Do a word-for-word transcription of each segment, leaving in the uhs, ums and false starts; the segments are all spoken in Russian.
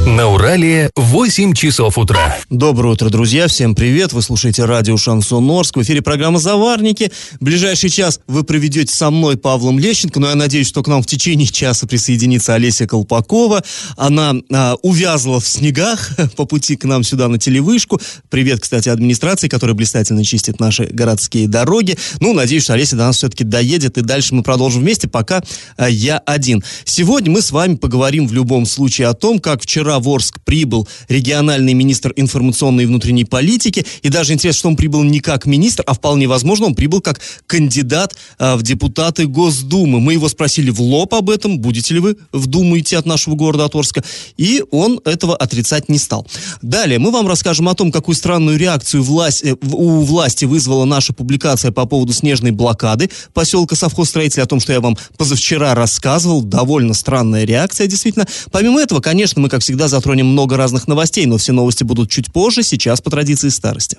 На Урале восемь часов утра. Доброе утро, друзья. Всем привет. Вы слушаете радио Шансон Орск. В эфире программа «Заварники». В ближайший час вы проведете со мной, Павлом Лещенко. Но я надеюсь, что к нам в течение часа присоединится Олеся Колпакова. Она а, увязла в снегах по пути к нам сюда на телевышку. Привет, кстати, администрации, которая блистательно чистит наши городские дороги. Ну, надеюсь, что Олеся до нас все-таки доедет. И дальше мы продолжим вместе, пока а, я один. Сегодня мы с вами поговорим в любом случае о том, как вчера в Орск прибыл региональный министр информационной и внутренней политики, и даже интересно, что он прибыл не как министр, а вполне возможно, он прибыл как кандидат а, в депутаты Госдумы. Мы его спросили в лоб об этом, будете ли вы в Думу идти от нашего города, от Орска, и он этого отрицать не стал. Далее мы вам расскажем о том, какую странную реакцию власть, э, у власти вызвала наша публикация по поводу снежной блокады поселка совхозстроителей, о том, что я вам позавчера рассказывал. Довольно странная реакция, действительно. Помимо этого, конечно, мы, как всегда, затронем много разных новостей, но все новости будут чуть позже, сейчас по традиции старости.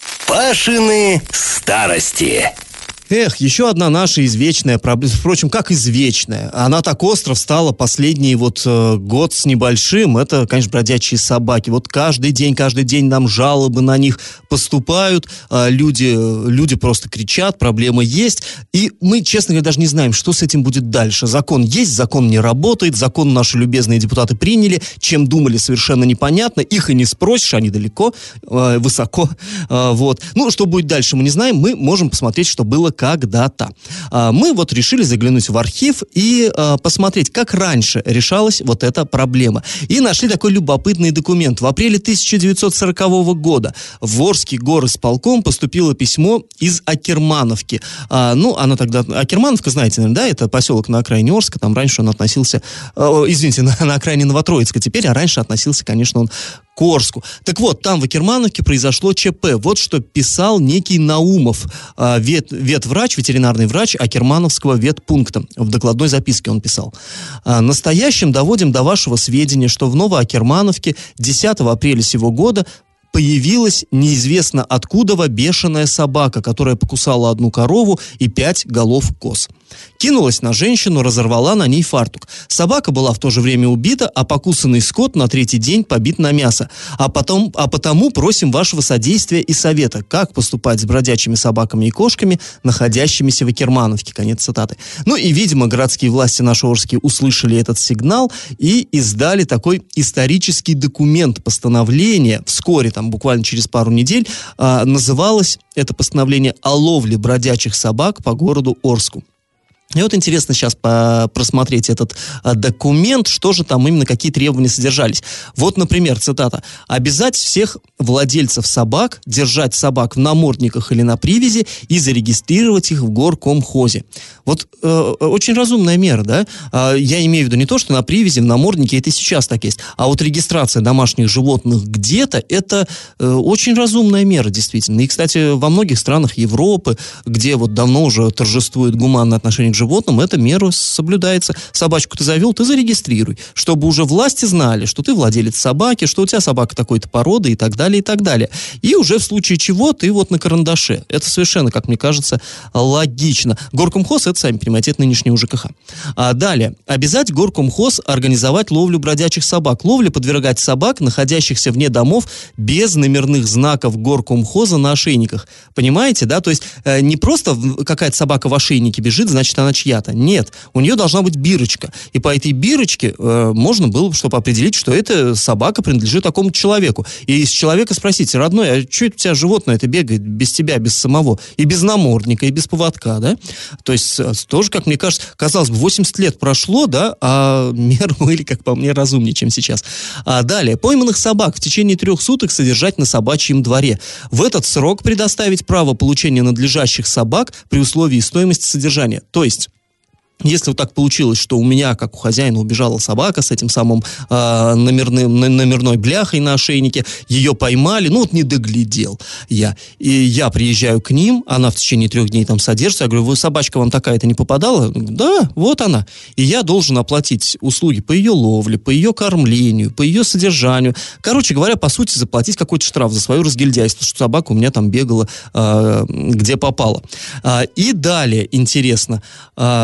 Пашины старости. Эх, еще одна наша извечная проблема, впрочем, как извечная, она так остро встала последний вот э, год с небольшим, это, конечно, бродячие собаки. Вот каждый день, каждый день нам жалобы на них поступают, э, люди, люди просто кричат, проблема есть, и мы, честно говоря, даже не знаем, что с этим будет дальше. Закон есть, закон не работает, закон наши любезные депутаты приняли, чем думали, совершенно непонятно, их и не спросишь, они далеко, э, высоко, э, вот. Ну, что будет дальше, мы не знаем, мы можем посмотреть, что было когда-то. А, мы вот решили заглянуть в архив и а, посмотреть, как раньше решалась вот эта проблема. И нашли такой любопытный документ. В апреле тысяча девятьсот сорокового года в Орский горисполком поступило письмо из Акермановки. А, ну, она тогда... Акермановка, знаете, наверное, да? Это поселок на окраине Орска. Там раньше он относился... Э, извините, на, на окраине Новотроицка теперь, а раньше относился, конечно, он к Орску. Так вот, там в Акермановке произошло ЧП. Вот что писал некий Наумов, э, вет, ветврач, ветеринарный врач Акермановского ветпункта. В докладной записке он писал. «Э, настоящим доводим до вашего сведения, что в Новоакермановке десятого апреля сего года появилась неизвестно откуда бешеная собака, которая покусала одну корову и пять голов коз. Кинулась на женщину, разорвала на ней фартук. Собака была в то же время убита, а покусанный скот на третий день побит на мясо. А, потом, а потому просим вашего содействия и совета, как поступать с бродячими собаками и кошками, находящимися в Акермановке». Конец цитаты. Ну и, видимо, городские власти наши орские услышали этот сигнал и издали такой исторический документ, постановление, вскоре, там буквально через пару недель, а, называлось это постановление о ловле бродячих собак по городу Орску. И вот интересно сейчас по- просмотреть этот а, документ, что же там именно, какие требования содержались. Вот, например, цитата. «Обязать всех владельцев собак держать собак в намордниках или на привязи и зарегистрировать их в горкомхозе». Вот э, очень разумная мера, да? А, я имею в виду не то, что на привязи, в наморднике, это и сейчас так есть, а вот регистрация домашних животных где-то, это э, очень разумная мера, действительно. И, кстати, во многих странах Европы, где вот давно уже торжествует гуманное отношение к животным, эта мера соблюдается. Собачку ты завел, ты зарегистрируй, чтобы уже власти знали, что ты владелец собаки, что у тебя собака такой-то породы и так далее, и так далее. И уже в случае чего ты вот на карандаше. Это совершенно, как мне кажется, логично. Горкомхоз, это, сами понимаете, это нынешний ЖКХ. А далее. Обязать горкомхоз организовать ловлю бродячих собак. Ловле подвергать собак, находящихся вне домов, без номерных знаков горкомхоза на ошейниках. Понимаете, да? То есть э, не просто какая-то собака в ошейнике бежит, значит, она чья-то. Нет, у нее должна быть бирочка. И по этой бирочке э, можно было, чтобы определить, что эта собака принадлежит такому человеку. И из человека спросить: родной, а что это у тебя животное это бегает без тебя, без самого? И без намордника, и без поводка, да? То есть тоже, как мне кажется, казалось бы, восемьдесят лет прошло, да, а меры были, как по мне, разумнее, чем сейчас. А далее. Пойманных собак в течение трех суток содержать на собачьем дворе. В этот срок предоставить право получения надлежащих собак при условии стоимости содержания. То есть Если вот так получилось, что у меня, как у хозяина, убежала собака с этим самым э, номерным, номерной бляхой на ошейнике, ее поймали, ну вот не доглядел я. И я приезжаю к ним, она в течение трех дней там содержится, я говорю, вы, собачка вам такая-то не попадала? Да, вот она. И я должен оплатить услуги по ее ловле, по ее кормлению, по ее содержанию. Короче говоря, по сути, заплатить какой-то штраф за свое разгильдяйство, что собака у меня там бегала, э, где попала. Э, и далее, интересно, э, при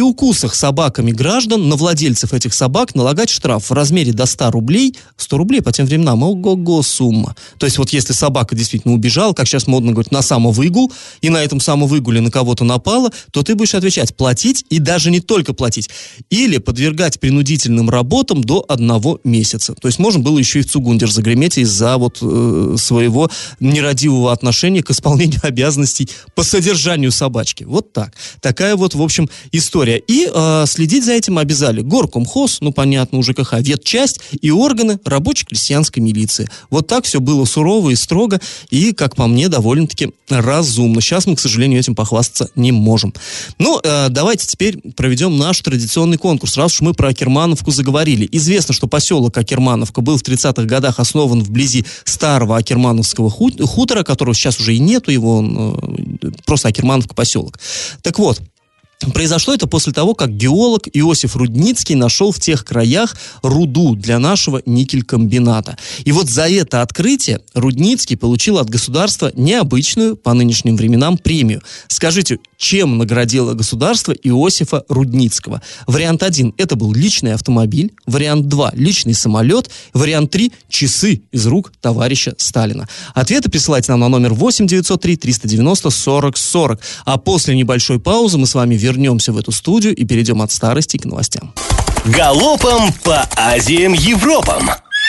При укусах собаками граждан на владельцев этих собак налагать штраф в размере до ста рублей. сто рублей по тем временам, ого-го сумма. То есть вот если собака действительно убежала, как сейчас модно говорить, на самовыгул, и на этом самовыгуле на кого-то напала, то ты будешь отвечать, платить, и даже не только платить, или подвергать принудительным работам до одного месяца. То есть можно было еще и в Цугундер загреметь из-за вот э, своего нерадивого отношения к исполнению обязанностей по содержанию собачки. Вот так. Такая вот, в общем, история. И э, следить за этим обязали Горкомхоз, ну, понятно, УЖКХ, ветчасть и органы рабоче-крестьянской милиции. Вот так все было сурово и строго, и, как по мне, довольно-таки разумно. Сейчас мы, к сожалению, этим похвастаться не можем. Ну, э, давайте теперь проведем наш традиционный конкурс, раз уж мы про Акермановку заговорили. Известно, что поселок Акермановка был в тридцатых годах основан вблизи старого Акермановского хутора, которого сейчас уже и нету, его он, э, просто Акермановка поселок. Так вот, произошло это после того, как геолог Иосиф Рудницкий нашел в тех краях руду для нашего никелькомбината. И вот за это открытие Рудницкий получил от государства необычную по нынешним временам премию. Скажите, чем наградило государство Иосифа Рудницкого? Вариант один – это был личный автомобиль. Вариант два – личный самолет. Вариант три – часы из рук товарища Сталина. Ответы присылайте нам на номер восемь девятьсот три триста девяносто сорок сорок. А после небольшой паузы мы с вами вернемся Вернемся в эту студию и перейдем от старости к новостям. Галопом по Азиям Европам.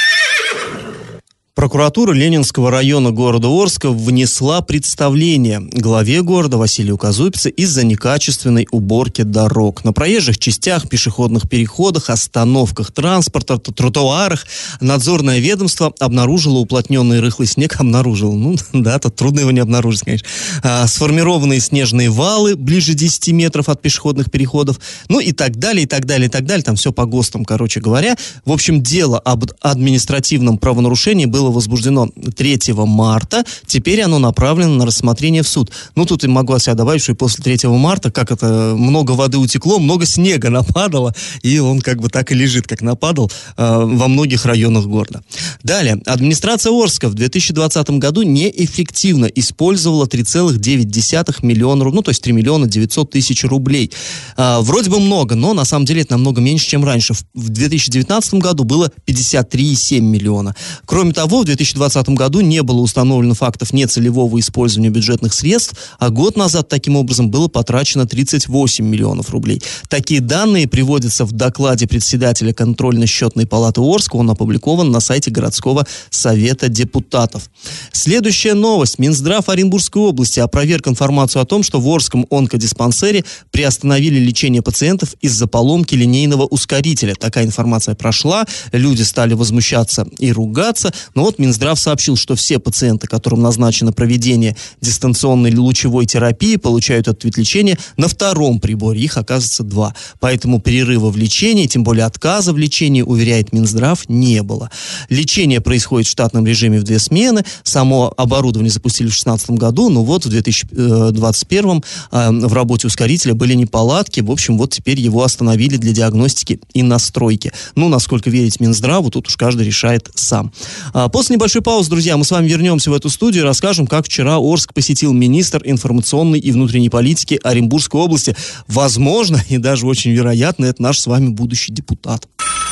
Прокуратура Ленинского района города Орска внесла представление главе города Василию Казупице из-за некачественной уборки дорог. На проезжих частях, пешеходных переходах, остановках транспорта, тротуарах надзорное ведомство обнаружило уплотненный рыхлый снег. Обнаружило. Ну, да, тут трудно его не обнаружить, конечно. А, сформированные снежные валы ближе десяти метров от пешеходных переходов. Ну и так далее, и так далее, и так далее. Там все по ГОСТам, короче говоря. В общем, дело об административном правонарушении было возбуждено третьего марта, теперь оно направлено на рассмотрение в суд. Ну, тут и могу от себя добавить, что и после третьего марта, как это, много воды утекло, много снега нападало, и он как бы так и лежит, как нападал э, во многих районах города. Далее. Администрация Орска в две тысячи двадцатом году неэффективно использовала три целых девять десятых миллиона рублей, ну, то есть три миллиона девятьсот тысяч рублей. Э, вроде бы много, но на самом деле это намного меньше, чем раньше. В, в две тысячи девятнадцатом году было пятьдесят три целых семь десятых миллиона. Кроме того, в две тысячи двадцатом году не было установлено фактов нецелевого использования бюджетных средств, а год назад таким образом было потрачено тридцать восемь миллионов рублей. Такие данные приводятся в докладе председателя контрольно-счетной палаты Орска, он опубликован на сайте городского совета депутатов. Следующая новость. Минздрав Оренбургской области опроверг информацию о том, что в Орском онкодиспансере приостановили лечение пациентов из-за поломки линейного ускорителя. Такая информация прошла, люди стали возмущаться и ругаться, но вот Минздрав сообщил, что все пациенты, которым назначено проведение дистанционной лучевой терапии, получают этот вид лечения на втором приборе. Их, оказывается, два. Поэтому перерыва в лечении, тем более отказа в лечении, уверяет Минздрав, не было. Лечение происходит в штатном режиме в две смены. Само оборудование запустили в две тысячи шестнадцатом году, но вот в две тысячи двадцать первом э, в работе ускорителя были неполадки. В общем, вот теперь его остановили для диагностики и настройки. Ну, насколько верить Минздраву, тут уж каждый решает сам. А, после небольшой паузы, друзья, мы с вами вернемся в эту студию и расскажем, как вчера Орск посетил министр информационной и внутренней политики Оренбургской области. Возможно, и даже очень вероятно, это наш с вами будущий депутат.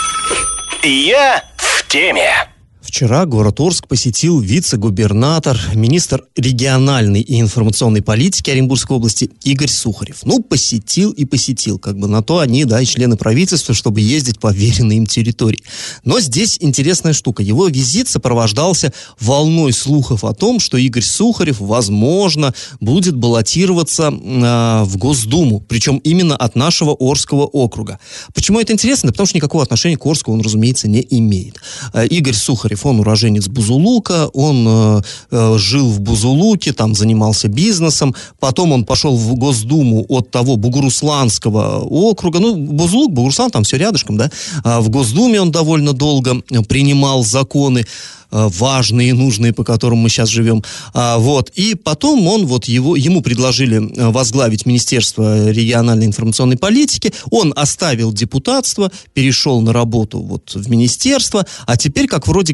Я в теме. Вчера город Орск посетил вице-губернатор, министр региональной и информационной политики Оренбургской области Игорь Сухарев. Ну, посетил и посетил, как бы на то они, да, и члены правительства, чтобы ездить по веренной им территории. Но здесь интересная штука. Его визит сопровождался волной слухов о том, что Игорь Сухарев, возможно, будет баллотироваться э, в Госдуму, причем именно от нашего Орского округа. Почему это интересно? Да потому что никакого отношения к Орску он, разумеется, не имеет. Э, Игорь Сухарев, он уроженец Бузулука, он э, э, жил в Бузулуке, там занимался бизнесом, потом он пошел в Госдуму от того Бугурусланского округа, ну, Бузулук, Бугуруслан, там все рядышком, да, а в Госдуме он довольно долго принимал законы, важные и нужные, по которым мы сейчас живем. А, вот. И потом он, вот его, ему предложили возглавить Министерство региональной информационной политики. Он оставил депутатство, перешел на работу вот в министерство, а теперь, как вроде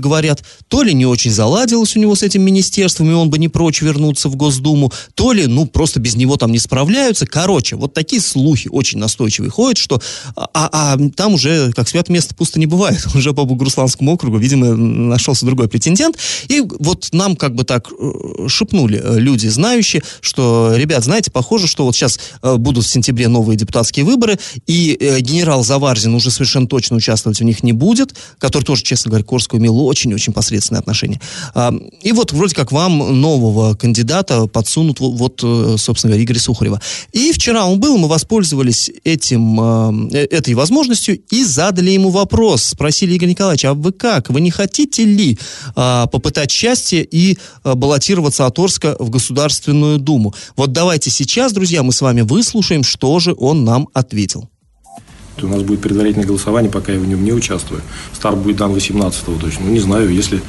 говорят, то ли не очень заладилось у него с этим министерством, и он бы не прочь вернуться в Госдуму, то ли, ну, просто без него там не справляются. Короче, вот такие слухи очень настойчивые ходят, что а, а там уже, как свято место пусто не бывает, уже по Бугурусланскому округу, видимо, нашелся другой претендент. И вот нам как бы так шепнули люди, знающие, что, ребят, знаете, похоже, что вот сейчас будут в сентябре новые депутатские выборы, и генерал Заварзин уже совершенно точно участвовать в них не будет, который тоже, честно говоря, к Корсакову имел очень-очень посредственное отношение. И вот вроде как вам нового кандидата подсунут вот, собственно говоря, Игоря Сухарева. И вчера он был, мы воспользовались этим, этой возможностью и задали ему вопрос. Спросили: Игорь Николаевич, а вы как? Вы не хотите ли попытать счастье и баллотироваться от Орска в Государственную Думу? Вот давайте сейчас, друзья, мы с вами выслушаем, что же он нам ответил. У нас будет предварительное голосование, пока я в нем не участвую. Старт будет дан восемнадцатого точно. Ну, не знаю, если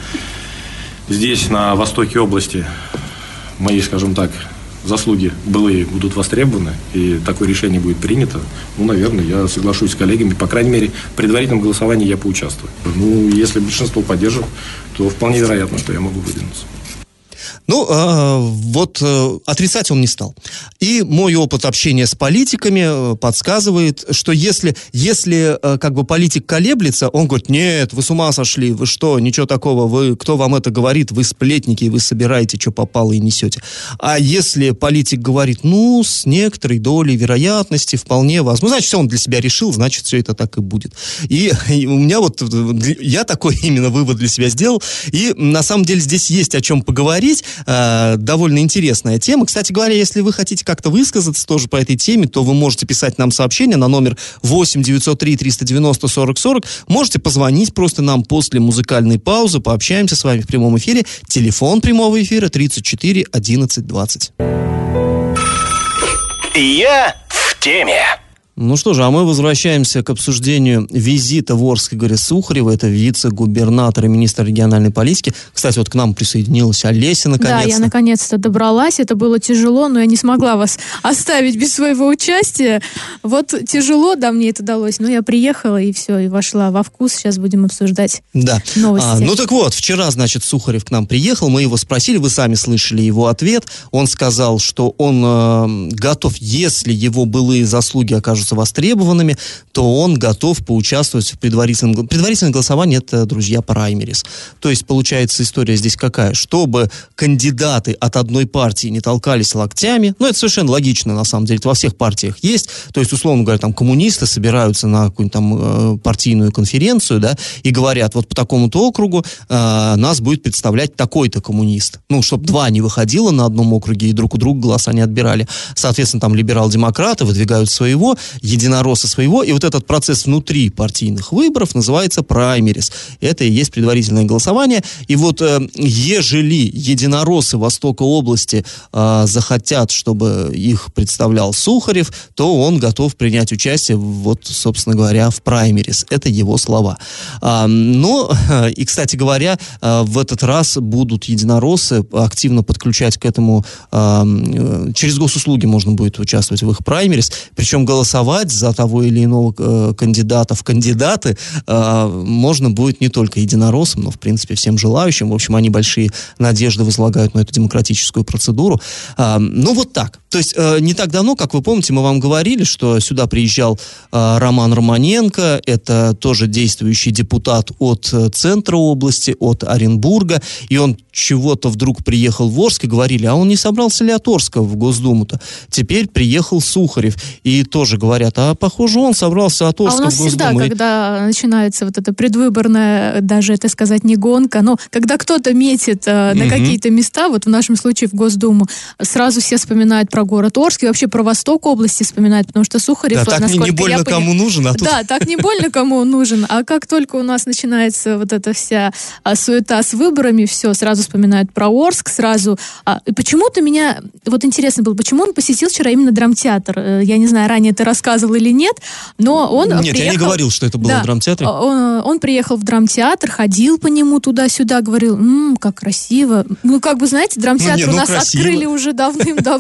здесь, на востоке области, мои, скажем так, заслуги былые будут востребованы, и такое решение будет принято, ну, наверное, я соглашусь с коллегами. По крайней мере, в предварительном голосовании я поучаствую. Ну, если большинство поддержит, то вполне вероятно, что я могу выдвинуться. Ну, э, вот э, отрицать он не стал. И мой опыт общения с политиками э, подсказывает, что если, если э, как бы политик колеблется, он говорит: нет, вы с ума сошли, вы что, ничего такого, вы, кто вам это говорит, вы сплетники, вы собираете, что попало и несете. А если политик говорит: ну, с некоторой долей вероятности вполне возможно, значит, все он для себя решил, значит, все это так и будет. И, и у меня вот, я такой именно вывод для себя сделал, и на самом деле здесь есть о чем поговорить. Э, довольно интересная тема. Кстати говоря, если вы хотите как-то высказаться тоже по этой теме, то вы можете писать нам сообщение на номер восемь девятьсот три триста девяносто сорок сорок. Можете позвонить просто нам после музыкальной паузы, пообщаемся с вами в прямом эфире. Телефон прямого эфира тридцать четыре одиннадцать двадцать. Я в теме. Ну что же, а мы возвращаемся к обсуждению визита в Орск Игоря Сухарева. Это вице-губернатор и министр региональной политики. Кстати, вот к нам присоединилась Олеся наконец-то. Да, я наконец-то добралась. Это было тяжело, но я не смогла вас оставить без своего участия. Вот тяжело, да, мне это удалось. Но я приехала и все, и вошла во вкус. Сейчас будем обсуждать да. новости. А, ну так вот, вчера, значит, Сухарев к нам приехал. Мы его спросили, вы сами слышали его ответ. Он сказал, что он э, готов, если его былые заслуги окажутся востребованными, то он готов поучаствовать в предварительном... Предварительное голосование — это, друзья, праймерис. То есть, получается, история здесь какая? Чтобы кандидаты от одной партии не толкались локтями, ну, это совершенно логично, на самом деле, это во всех партиях есть. То есть, условно говоря, там, коммунисты собираются на какую-нибудь там э, партийную конференцию, да, и говорят: вот по такому-то округу э, нас будет представлять такой-то коммунист. Ну, чтобы два не выходило на одном округе и друг у друга голоса не отбирали. Соответственно, там либерал-демократы выдвигают своего, единороссы своего, и вот этот процесс внутри партийных выборов называется праймерис. Это и есть предварительное голосование. И вот э, ежели единороссы Востока области э, захотят, чтобы их представлял Сухарев, то он готов принять участие, вот, собственно говоря, в праймерис. Это его слова. А, но, и, кстати говоря, в этот раз будут единороссы активно подключать к этому, а, через госуслуги можно будет участвовать в их праймерис, причем голосовать за того или иного э, кандидата в кандидаты э, можно будет не только единороссам, но, в принципе, всем желающим. В общем, они большие надежды возлагают на эту демократическую процедуру. Э, ну, вот так. То есть, э, не так давно, как вы помните, мы вам говорили, что сюда приезжал э, Роман Романенко, это тоже действующий депутат от э, центра области, от Оренбурга, и он чего-то вдруг приехал в Орск, и говорили: а он не собрался ли от Орска в Госдуму-то? Теперь приехал Сухарев, и тоже говорят: а похоже, он собрался от Орска в Госдуму. А у нас всегда, и... когда начинается вот эта предвыборная, даже это сказать не гонка, но когда кто-то метит э, на угу. какие-то места, вот в нашем случае в Госдуму, сразу все вспоминают про город Орск, и вообще про Восток области вспоминают, потому что Сухарев... Да, так не, не больно кому понял... нужен, а тут... Да, так не больно кому он нужен, а как только у нас начинается вот эта вся а, суета с выборами, все, сразу вспоминают про Орск, сразу... А, и почему-то меня... Вот интересно было, почему он посетил вчера именно драмтеатр? Я не знаю, ранее ты рассказывал или нет, но он Нет, приехал... я не говорил, что это было да, в драмтеатре. Он, он приехал в драмтеатр, ходил по нему туда-сюда, говорил: «Ммм, как красиво». Ну, как бы, знаете, драмтеатр ну, не, ну, у нас красиво. Открыли уже давным-давно,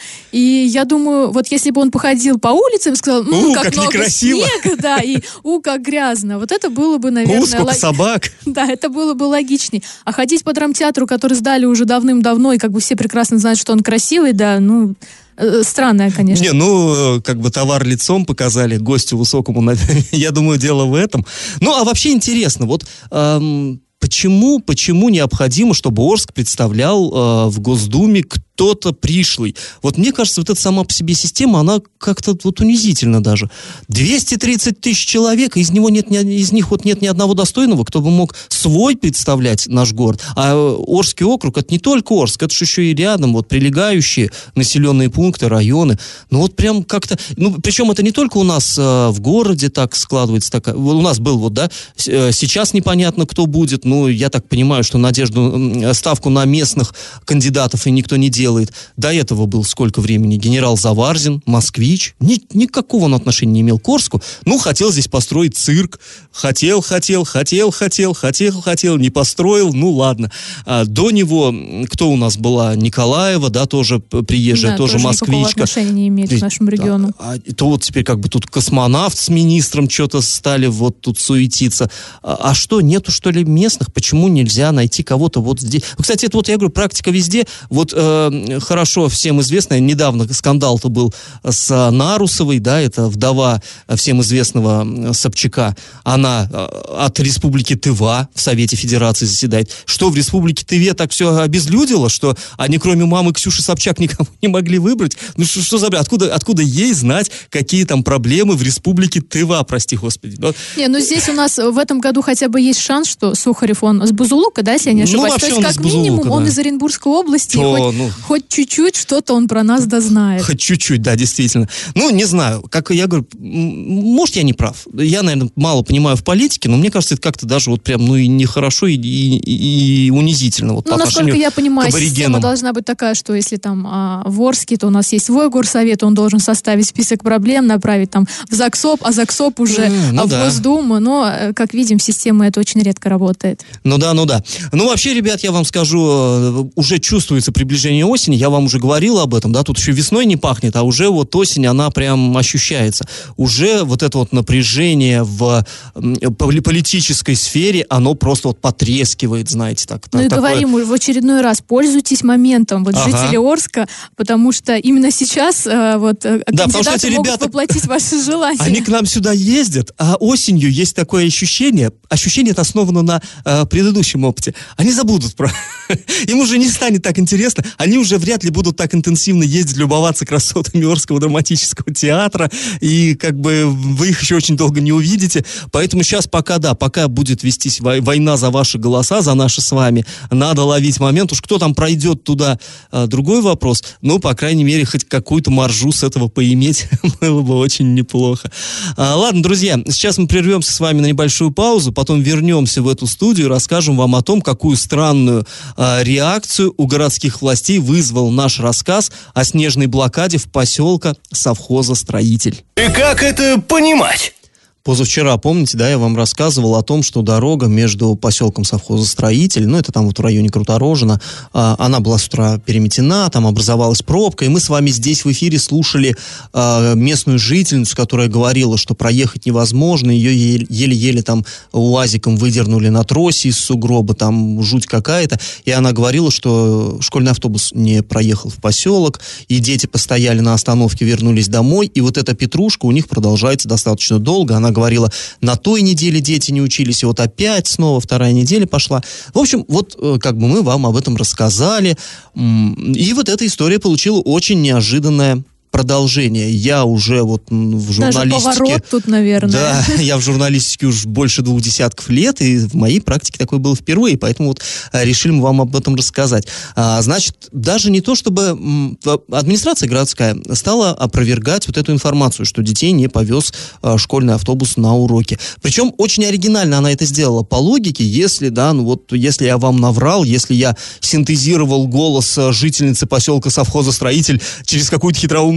И я думаю, вот если бы он походил по улицам и сказал, ну, У, как, как много некрасиво. снега, да, и у, как грязно, вот это было бы, наверное... У, сколько лог- собак. Да, это было бы логичней. А ходить по драмтеатру, который сдали уже давным-давно, и как бы все прекрасно знают, что он красивый, да, ну, э, странное, конечно. Не, ну, э, как бы товар лицом показали гостю высокому, на- я думаю, дело в этом. Ну, а вообще интересно, вот эм, почему, почему необходимо, чтобы Орск представлял э, в Госдуме кто-то пришлый? Вот мне кажется, вот эта сама по себе система, она как-то вот унизительна даже. двести тридцать тысяч человек, из него нет, ни, из них вот нет ни одного достойного, кто бы мог свой представлять наш город. А э, Орский округ, это не только Орск, это же еще и рядом, вот прилегающие населенные пункты, районы. Ну вот прям как-то, ну причем это не только у нас э, в городе так складывается, так, вот у нас был вот, да, с- э, сейчас непонятно, кто будет, ну я так понимаю, что надежду, м, ставку на местных кандидатов и никто не делает. До этого был сколько времени? Генерал Заварзин, москвич. Ни, никакого он отношения не имел к Орску. Ну, хотел здесь построить цирк. Хотел, хотел, хотел, хотел, хотел, хотел, не построил. Ну, ладно. А, до него, м, кто у нас была? Николаева, да, тоже п- приезжая, Да, тоже, никакого москвичка. отношения не имеет к нашему региону. А, а то вот теперь как бы тут космонавт с министром что-то стали вот тут суетиться. А, а что, нету что ли местных? Почему нельзя найти кого-то вот здесь? Кстати, это вот я говорю, практика везде. Вот э, хорошо всем известно, недавно скандал-то был с Нарусовой, да, это вдова всем известного м, Собчака. Она э, от Республики Тыва в Совете Федерации заседает. Что, в Республике Тыве так все обезлюдило, что они кроме мамы Ксюши Собчак никого не могли выбрать? Ну что, что за бред? Откуда, откуда ей знать, какие там проблемы в Республике Тыва, прости господи? Но- Не, ну здесь у нас в этом году хотя бы есть шанс, что Сухарев, он с Бузулука, да, если я не Ну, ошибаюсь. вообще То он есть, из как минимум, Бузулука, он да. из Оренбургской области, и То, хоть, ну. хоть чуть-чуть что-то он про нас дознает. Хоть чуть-чуть, да, действительно. Ну, не знаю, как я говорю, м, может, я не прав. Я, наверное, мало понимаю в политике, но мне кажется, это как-то даже вот прям, ну, и нехорошо, и, и, и унизительно. Вот, Ну, по насколько отношению я понимаю, к система аборигенам. должна быть такая, что если там а, в Орске, то у нас есть свой горсовет, он должен составить список проблем, направить там в ЗАГСОП, а ЗАГСОП уже Mm, ну а, в да. Госдуму, но, э, как видим, система это очень редко работает. Ну да, ну да. Ну вообще, ребят, я вам скажу, э, уже чувствуется приближение осени, я вам уже говорил об этом, да, тут еще весной не пахнет, а уже вот осень, она прям ощущается. Уже вот это вот напряжение в м, поли- политической сфере, оно просто вот потрескивает, знаете, так. Ну и такое- говорим в очередной раз, пользуйтесь моментом, вот Ага. жители Орска, потому что именно сейчас э, вот э, Да, потому что кандидаты эти могут ребята- воплотить ваши желания. Они к нам сюда ездят, а осенью есть такое ощущение, ощущение это основано на э, предыдущем опыте. Они забудут про... Им уже не станет так интересно, они уже вряд ли будут так интенсивно ездить, любоваться красотами Орского драматического театра, и как бы вы их еще очень долго не увидите. Поэтому сейчас пока, да, пока будет вестись вой- война за ваши голоса, за наши с вами, надо ловить момент. Уж кто там пройдет туда, э, другой вопрос. Ну, по крайней мере, хоть какую-то маржу с этого поиметь было бы очень неплохо. А, ладно, друзья, сейчас мы прервемся с вами на небольшую паузу, потом вернемся в эту студию и расскажем вам о том, какую странную а, реакцию у городских властей вызвал наш рассказ о снежной блокаде в поселке совхоза «Строитель». И как это понимать? Позавчера, помните, да, я вам рассказывал о том, что дорога между поселком совхоза «Строитель», ну, это там вот в районе Круторожина, а, она была с утра переметена, там образовалась пробка, и мы с вами здесь в эфире слушали а, местную жительницу, которая говорила, что проехать невозможно, ее еле- еле-еле там УАЗиком выдернули на тросе из сугроба, там жуть какая-то, и она говорила, что школьный автобус не проехал в поселок, и дети постояли на остановке, вернулись домой, и вот эта петрушка у них продолжается достаточно долго. Она говорила, на той неделе дети не учились, и вот опять снова вторая неделя пошла. В общем, вот э, как бы мы вам об этом рассказали, м, и вот эта история получила очень неожиданное продолжение. Я уже вот м, в Даже журналистике... поворот тут, наверное. Да, я в журналистике уже больше двух десятков лет, и в моей практике такое было впервые, поэтому вот а, решили мы вам об этом рассказать. А, значит, даже не то, чтобы м, администрация городская стала опровергать вот эту информацию, что детей не повез а, школьный автобус на уроки. Причем очень оригинально она это сделала. По логике, если, да, ну вот, если я вам наврал, если я синтезировал голос а, жительницы поселка совхоза «Строитель» через какую-то хитроумную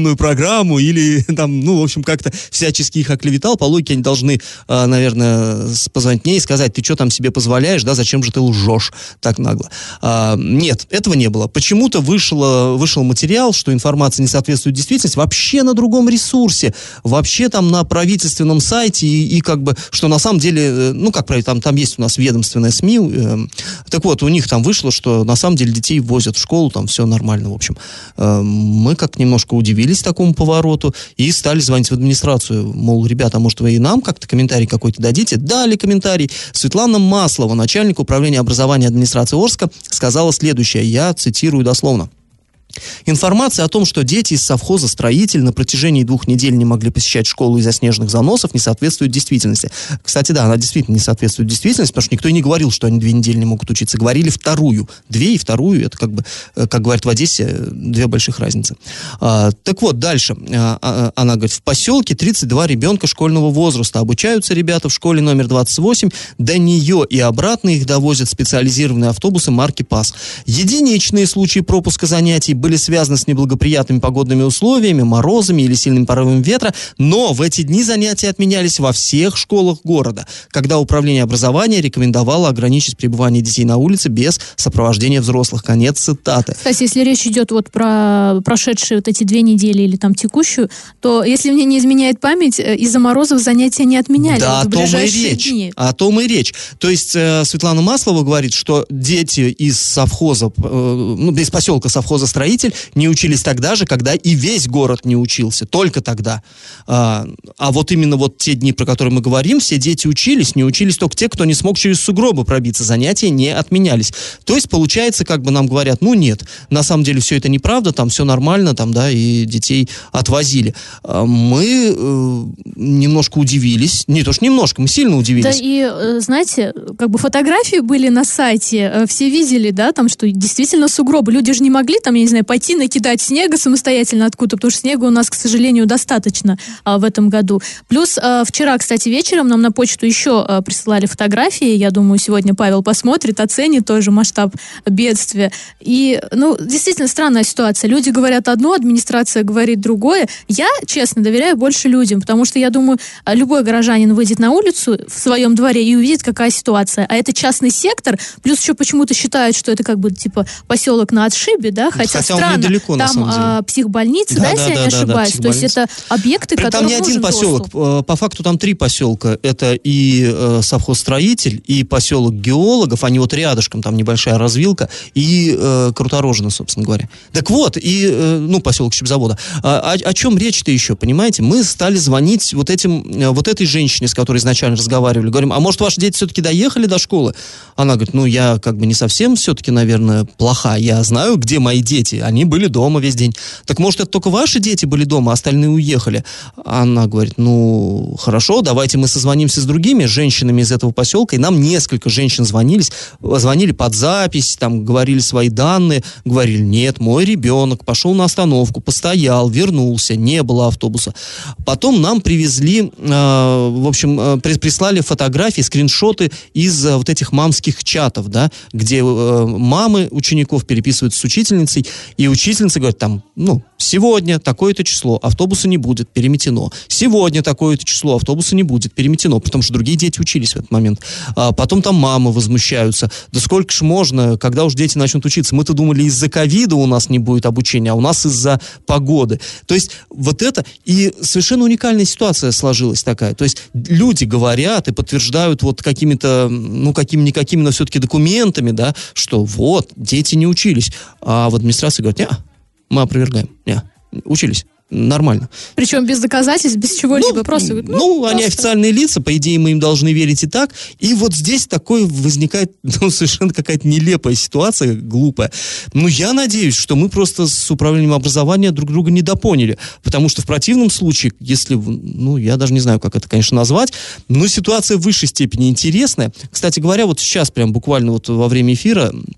рекламную программу или там, ну, в общем, как-то всячески их оклеветал. По логике они должны, наверное, позвонить мне и сказать, ты что там себе позволяешь, да, зачем же ты лжешь так нагло. А, нет, этого не было. Почему-то вышло, вышел материал, что информация не соответствует действительности, вообще на другом ресурсе, вообще там на правительственном сайте, и, и как бы, что на самом деле, ну, как правильно, там, там есть у нас ведомственная СМИ, э, так вот, у них там вышло, что на самом деле детей возят в школу, там все нормально, в общем. Э, мы как немножко удивились такому повороту и стали звонить в администрацию, мол, ребята, может, вы и нам как-то комментарий какой-то дадите? Дали комментарий. Светлана Маслова, начальник управления образования администрации Орска, сказала следующее, я цитирую дословно. Информация о том, что дети из совхоза «Строитель» на протяжении двух недель не могли посещать школу из-за снежных заносов, не соответствует действительности. Кстати, да, она действительно не соответствует действительности, потому что никто и не говорил, что они две недели не могут учиться. Говорили вторую. Две и вторую, это как бы, как говорят в Одессе, две больших разницы. А, так вот, дальше. А, она говорит, в поселке тридцать два ребенка школьного возраста. Обучаются ребята в школе номер двадцать восемь. До нее и обратно их довозят специализированные автобусы марки ПАС. Единичные случаи пропуска занятий были связаны с неблагоприятными погодными условиями, морозами или сильным порывом ветра, но в эти дни занятия отменялись во всех школах города, когда управление образования рекомендовало ограничить пребывание детей на улице без сопровождения взрослых. Конец цитаты. Кстати, если речь идет вот про прошедшие вот эти две недели или там текущую, то, если мне не изменяет память, из-за морозов занятия не отменяли. Да, вот о том и речь. Дни. О том и речь. То есть э, Светлана Маслова говорит, что дети из совхоза, э, ну, из поселка совхоза «Строитель» не учились тогда же, когда и весь город не учился, только тогда. А, а вот именно вот те дни, про которые мы говорим, все дети учились, не учились только те, кто не смог через сугробы пробиться, занятия не отменялись. То есть, получается, как бы нам говорят, ну нет, на самом деле все это неправда, там все нормально, там, да, и детей отвозили. А мы э, немножко удивились, не то что немножко, мы сильно удивились. Да, и, э, знаете, как бы фотографии были на сайте, э, все видели, да, там, что действительно сугробы, люди же не могли, там, я не знаю, пойти накидать снега самостоятельно откуда-то, потому что снега у нас, к сожалению, достаточно а, в этом году. Плюс а, вчера, кстати, вечером нам на почту еще а, присылали фотографии. Я думаю, сегодня Павел посмотрит, оценит тоже масштаб бедствия. И, ну, действительно странная ситуация. Люди говорят одно, администрация говорит другое. Я, честно, доверяю больше людям, потому что, я думаю, любой горожанин выйдет на улицу в своем дворе и увидит, какая ситуация. А это частный сектор, плюс еще почему-то считают, что это как бы, типа, поселок на отшибе, да, хотя, хотя странно, недалеко, там а, психбольница, да, да, если да, я не да, ошибаюсь, да, то есть это объекты, При, которым там не один поселок, доступ. По факту там три поселка, это и э, совхоз «Строитель», и поселок геологов, они вот рядышком, там небольшая развилка, и э, Круторожино, собственно говоря. Так вот, и, э, ну, поселок щепзавода. А, о, о чем речь-то еще, понимаете? Мы стали звонить вот, этим, вот этой женщине, с которой изначально разговаривали, говорим, а может, ваши дети все-таки доехали до школы? Она говорит, ну, я как бы не совсем все-таки, наверное, плоха, я знаю, где мои дети, они были дома весь день. Так может, это только ваши дети были дома, а остальные уехали? Она говорит, ну, хорошо, давайте мы созвонимся с другими женщинами из этого поселка, и нам несколько женщин звонились, звонили под запись, там, говорили свои данные, говорили, нет, мой ребенок пошел на остановку, постоял, вернулся, не было автобуса. Потом нам привезли, э, в общем, э, прислали фотографии, скриншоты из э, вот этих мамских чатов, да, где э, мамы учеников переписываются с учительницей, и учительница говорит, там, ну, сегодня такое-то число, автобуса не будет, переметено. Сегодня такое-то число, автобуса не будет, переметено, потому что другие дети учились в этот момент. А потом там мамы возмущаются. Да сколько ж можно, когда уж дети начнут учиться? Мы-то думали, из-за ковида у нас не будет обучения, а у нас из-за погоды. То есть вот это, и совершенно уникальная ситуация сложилась такая. То есть люди говорят и подтверждают вот какими-то, ну, какими-никакими, но все-таки документами, да, что вот, дети не учились. А в администрации говорят, нет, мы опровергаем. Не, учились. Нормально. Причем без доказательств, без чего-либо. Ну, просто, ну, ну просто. Они официальные лица, по идее, мы им должны верить и так. И вот здесь такой возникает, ну, совершенно какая-то нелепая ситуация, глупая. Ну, я надеюсь, что мы просто с управлением образования друг друга недопоняли. Потому что в противном случае, если, ну, я даже не знаю, как это, конечно, назвать, но ситуация в высшей степени интересная. Кстати говоря, вот сейчас, прям буквально вот во время эфира,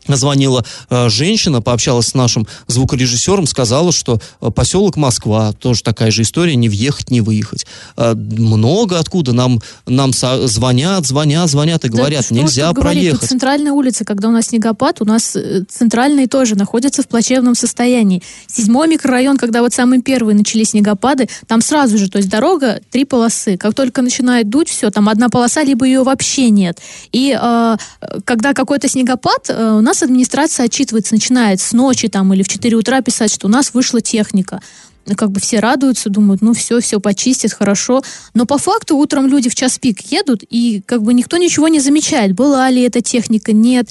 Звонила э, женщина, пообщалась с нашим звукорежиссером, сказала, что э, поселок Москва, тоже такая же история, не въехать, не выехать. Э, много откуда нам, нам со- звонят, звонят, звонят и говорят, да, нельзя проехать. Тут центральная улица, когда у нас снегопад, у нас э, центральные тоже находятся в плачевном состоянии. Седьмой микрорайон, когда вот самые первые начались снегопады, там сразу же, то есть дорога, три полосы. Как только начинает дуть, все, там одна полоса, либо ее вообще нет. И э, когда какой-то снегопад, э, у нас администрация отчитывается, начинает с ночи там или в четыре утра писать, что у нас вышла техника. Как бы все радуются, думают, ну все, все почистят, хорошо. Но по факту утром люди в час пик едут, и как бы никто ничего не замечает, была ли эта техника, нет.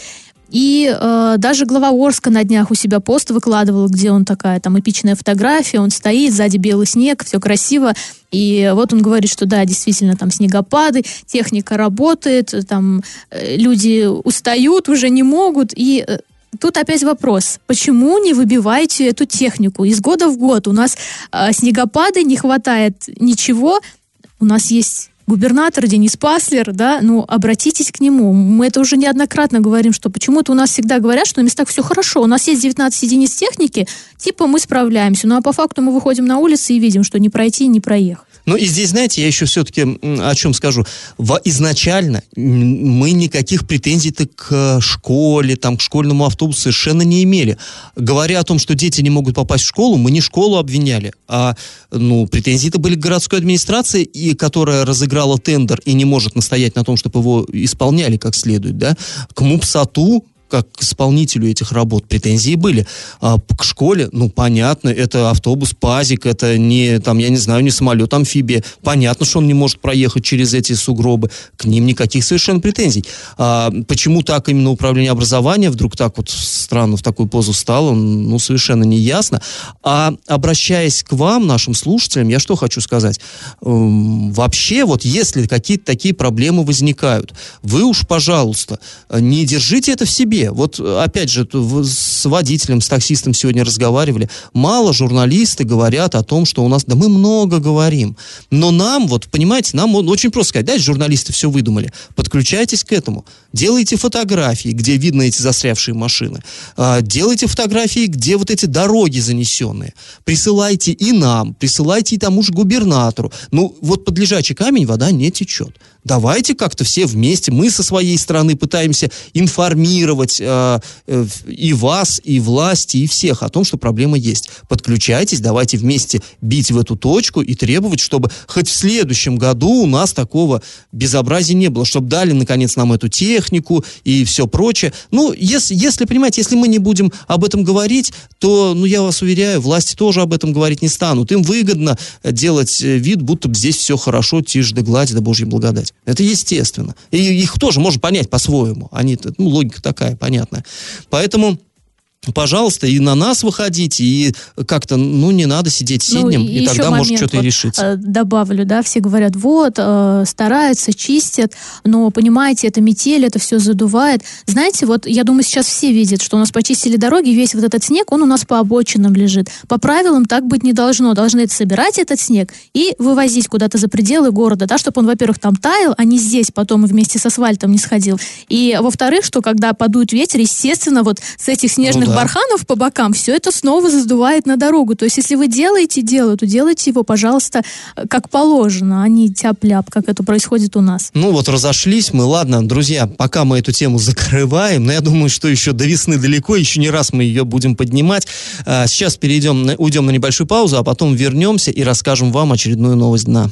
И э, даже глава Орска на днях у себя пост выкладывал, где он такая, там, эпичная фотография, он стоит, сзади белый снег, все красиво. И вот он говорит, что да, действительно, там снегопады, техника работает, там э, люди устают, уже не могут. И э, тут опять вопрос, почему не выбиваете эту технику? Из года в год у нас э, снегопады, не хватает ничего, у нас есть... Губернатор Денис Паслер, да, ну, обратитесь к нему. Мы это уже неоднократно говорим, что почему-то у нас всегда говорят, что на местах все хорошо. У нас есть девятнадцать единиц техники, типа мы справляемся. Ну, а по факту мы выходим на улицы и видим, что не пройти, не проехать. Ну и здесь, знаете, я еще все-таки о чем скажу. В, изначально мы никаких претензий-то к школе, там, к школьному автобусу совершенно не имели. Говоря о том, что дети не могут попасть в школу, мы не школу обвиняли, а ну, претензии-то были к городской администрации, и, которая разыграла тендер и не может настоять на том, чтобы его исполняли как следует, да, к МУПСАТУ, как к исполнителю этих работ претензии были. А к школе, ну, понятно, это автобус ПАЗик, это не, там, я не знаю, не самолет, амфибия. Понятно, что он не может проехать через эти сугробы. К ним никаких совершенно претензий. А почему так именно управление образования вдруг так вот странно в такую позу стало, ну, совершенно не ясно. А обращаясь к вам, нашим слушателям, я что хочу сказать. Эм, вообще, вот если какие-то такие проблемы возникают, вы уж, пожалуйста, не держите это в себе. Вот, опять же, с водителем, с таксистом сегодня разговаривали. Мало журналисты говорят о том, что у нас... Да мы много говорим. Но нам, вот, понимаете, нам очень просто сказать, дальше журналисты все выдумали. Подключайтесь к этому. Делайте фотографии, где видно эти застрявшие машины. Делайте фотографии, где вот эти дороги занесенные. Присылайте и нам, присылайте и тому же губернатору. Ну, вот под лежачий камень вода не течет. Давайте как-то все вместе, мы со своей стороны пытаемся информировать э, э, и вас, и власти, и всех о том, что проблема есть. Подключайтесь, давайте вместе бить в эту точку и требовать, чтобы хоть в следующем году у нас такого безобразия не было, чтобы дали, наконец, нам эту технику и все прочее. Ну, если, если, понимаете, если мы не будем об этом говорить, то, ну, я вас уверяю, власти тоже об этом говорить не станут. Им выгодно делать вид, будто бы здесь все хорошо, тишь да гладь, да Божья благодать. Это естественно. И их тоже можно понять по-своему. Они, ну, логика такая, понятная. Поэтому... Пожалуйста, и на нас выходите, и как-то, ну, не надо сидеть сиднем, ну, и, и тогда момент, может что-то вот, и решиться. Добавлю, да, все говорят, вот, э, стараются, чистят, но, понимаете, это метель, это все задувает. Знаете, вот, я думаю, сейчас все видят, что у нас почистили дороги, весь вот этот снег, он у нас по обочинам лежит. По правилам так быть не должно. Должны это собирать, этот снег, и вывозить куда-то за пределы города, да, чтобы он, во-первых, там таял, а не здесь потом вместе с асфальтом не сходил. И, во-вторых, что когда подует ветер, естественно, вот с этих снежных ну, да. барханов по бокам, все это снова задувает на дорогу. То есть, если вы делаете дело, то делайте его, пожалуйста, как положено, а не тяп-ляп, как это происходит у нас. Ну вот, разошлись мы. Ладно, друзья, пока мы эту тему закрываем, но я думаю, что еще до весны далеко, еще не раз мы ее будем поднимать. Сейчас перейдем, уйдем на небольшую паузу, а потом вернемся и расскажем вам очередную новость дна.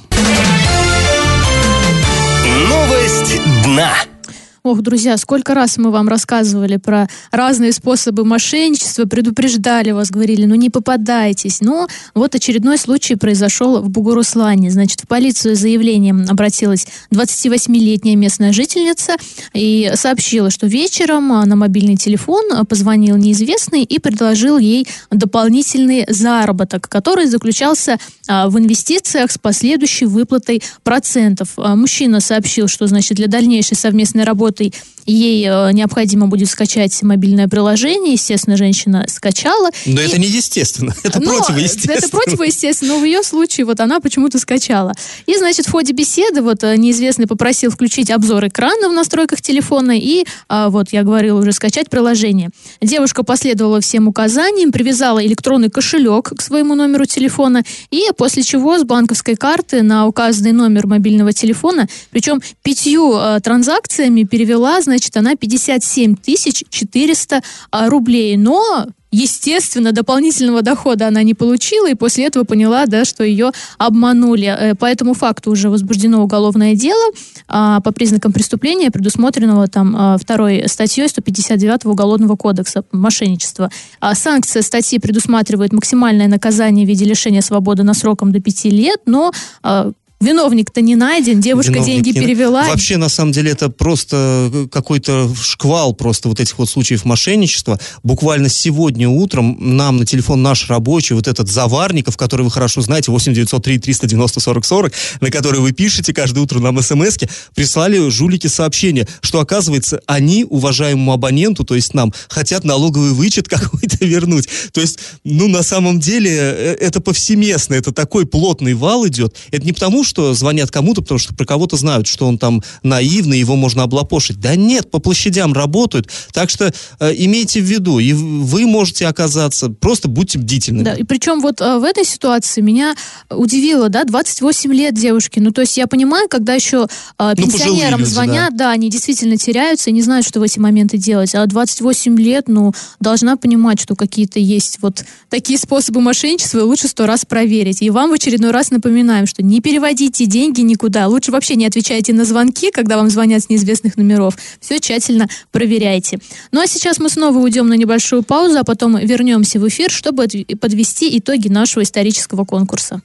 Новость дна. Ох, друзья, сколько раз мы вам рассказывали про разные способы мошенничества, предупреждали вас, говорили, ну не попадайтесь. Но вот очередной случай произошел в Бугуруслане. Значит, в полицию с заявлением обратилась двадцативосьмилетняя местная жительница и сообщила, что вечером на мобильный телефон позвонил неизвестный и предложил ей дополнительный заработок, который заключался в инвестициях с последующей выплатой процентов. Мужчина сообщил, что, значит, для дальнейшей совместной работы ей э, необходимо будет скачать мобильное приложение. Естественно, женщина скачала. Но и... это не естественно, это но противоестественно. Это противоестественно, но в ее случае вот она почему-то скачала. И, значит, в ходе беседы вот неизвестный попросил включить обзор экрана в настройках телефона и, а, вот я говорила уже, скачать приложение. Девушка последовала всем указаниям, привязала электронный кошелек к своему номеру телефона и после чего с банковской карты на указанный номер мобильного телефона, причем пятью а, транзакциями перевела, значит, она пятьдесят семь тысяч четыреста а, рублей. Но... Естественно, дополнительного дохода она не получила и после этого поняла, да, что ее обманули. По этому факту уже возбуждено уголовное дело а, по признакам преступления, предусмотренного там а, второй статьей сто пятьдесят девятого Уголовного кодекса мошенничества. А санкция статьи предусматривает максимальное наказание в виде лишения свободы на сроком до пяти лет, но... А, виновник-то не найден, девушка Виновник деньги не... перевела. Вообще, на самом деле, это просто какой-то шквал просто вот этих вот случаев мошенничества. Буквально сегодня утром нам на телефон наш рабочий, вот этот Заварников, который вы хорошо знаете, восемь девятьсот три триста девяносто сорок сорок, на который вы пишете каждое утро нам смски, прислали жулики сообщение, что, оказывается, они уважаемому абоненту, то есть нам, хотят налоговый вычет какой-то вернуть. То есть, ну, на самом деле, это повсеместно, это такой плотный вал идет. Это не потому, что что звонят кому-то, потому что про кого-то знают, что он там наивный, его можно облапошить. Да нет, по площадям работают. Так что э, имейте в виду, и вы можете оказаться, просто будьте бдительны. Да, и причем вот э, в этой ситуации меня удивило, да, двадцать восемь лет девушки. Ну, то есть я понимаю, когда еще э, пенсионерам ну, люди, звонят, да. да, они действительно теряются и не знают, что в эти моменты делать. А двадцать восемь лет, ну, должна понимать, что какие-то есть вот такие способы мошенничества, и лучше сто раз проверить. И вам в очередной раз напоминаем, что не переводите деньги никуда. Лучше вообще не отвечайте на звонки, когда вам звонят с неизвестных номеров. Все тщательно проверяйте. Ну а сейчас мы снова уйдем на небольшую паузу, а потом вернемся в эфир, чтобы подвести итоги нашего исторического конкурса.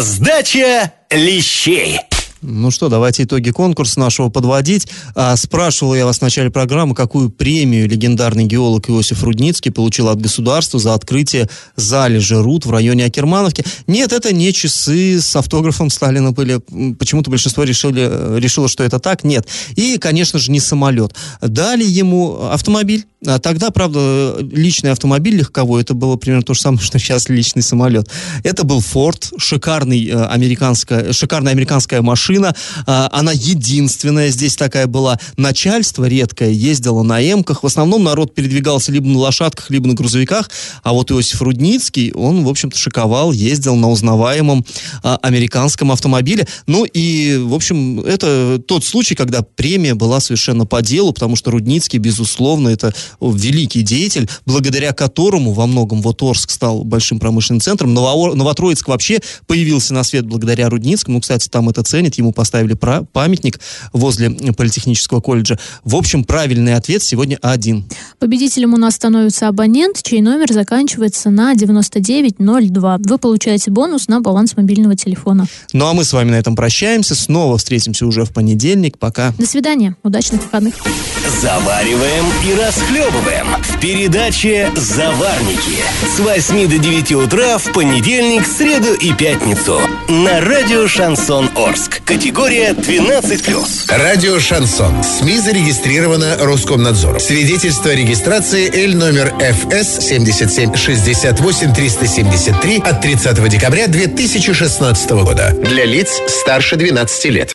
Раздача лещей. Ну что, давайте итоги конкурса нашего подводить. А, спрашивал я вас в начале программы, какую премию легендарный геолог Иосиф Рудницкий получил от государства за открытие залежи руд в районе Акермановки. Нет, это не часы с автографом Сталина были. Почему-то большинство решили, решило, что это так. Нет. И, конечно же, не самолет. Дали ему автомобиль. А тогда, правда, личный автомобиль легковой, это было примерно то же самое, что сейчас личный самолет. Это был Ford, шикарный, э, американская, шикарная американская машина. Э, она единственная здесь такая была. Начальство редкое ездило на эмках. В основном народ передвигался либо на лошадках, либо на грузовиках. А вот Иосиф Рудницкий, он, в общем-то, шиковал, ездил на узнаваемом э, американском автомобиле. Ну и, в общем, это тот случай, когда премия была совершенно по делу, потому что Рудницкий, безусловно, это великий деятель, благодаря которому во многом вот Орск стал большим промышленным центром. Ново- Новотроицк вообще появился на свет благодаря Рудницкому. Ну, кстати, там это ценят. Ему поставили пра- памятник возле Политехнического колледжа. В общем, правильный ответ сегодня один. Победителем у нас становится абонент, чей номер заканчивается на девяносто девять ноль два. Вы получаете бонус на баланс мобильного телефона. Ну, а мы с вами на этом прощаемся. Снова встретимся уже в понедельник. Пока. До свидания. Удачных выходных. Завариваем и расхлебываем в передаче «Заварники» с восьми до девяти утра в понедельник, среду и пятницу на радио «Шансон Орск». Категория двенадцать плюс. Радио «Шансон». СМИ зарегистрировано Роскомнадзором. Свидетельство о регистрации Л номер эф эс семьдесят семь шестьдесят восемь триста семьдесят три от тридцатого декабря две тысячи шестнадцатого года. Для лиц старше двенадцати лет.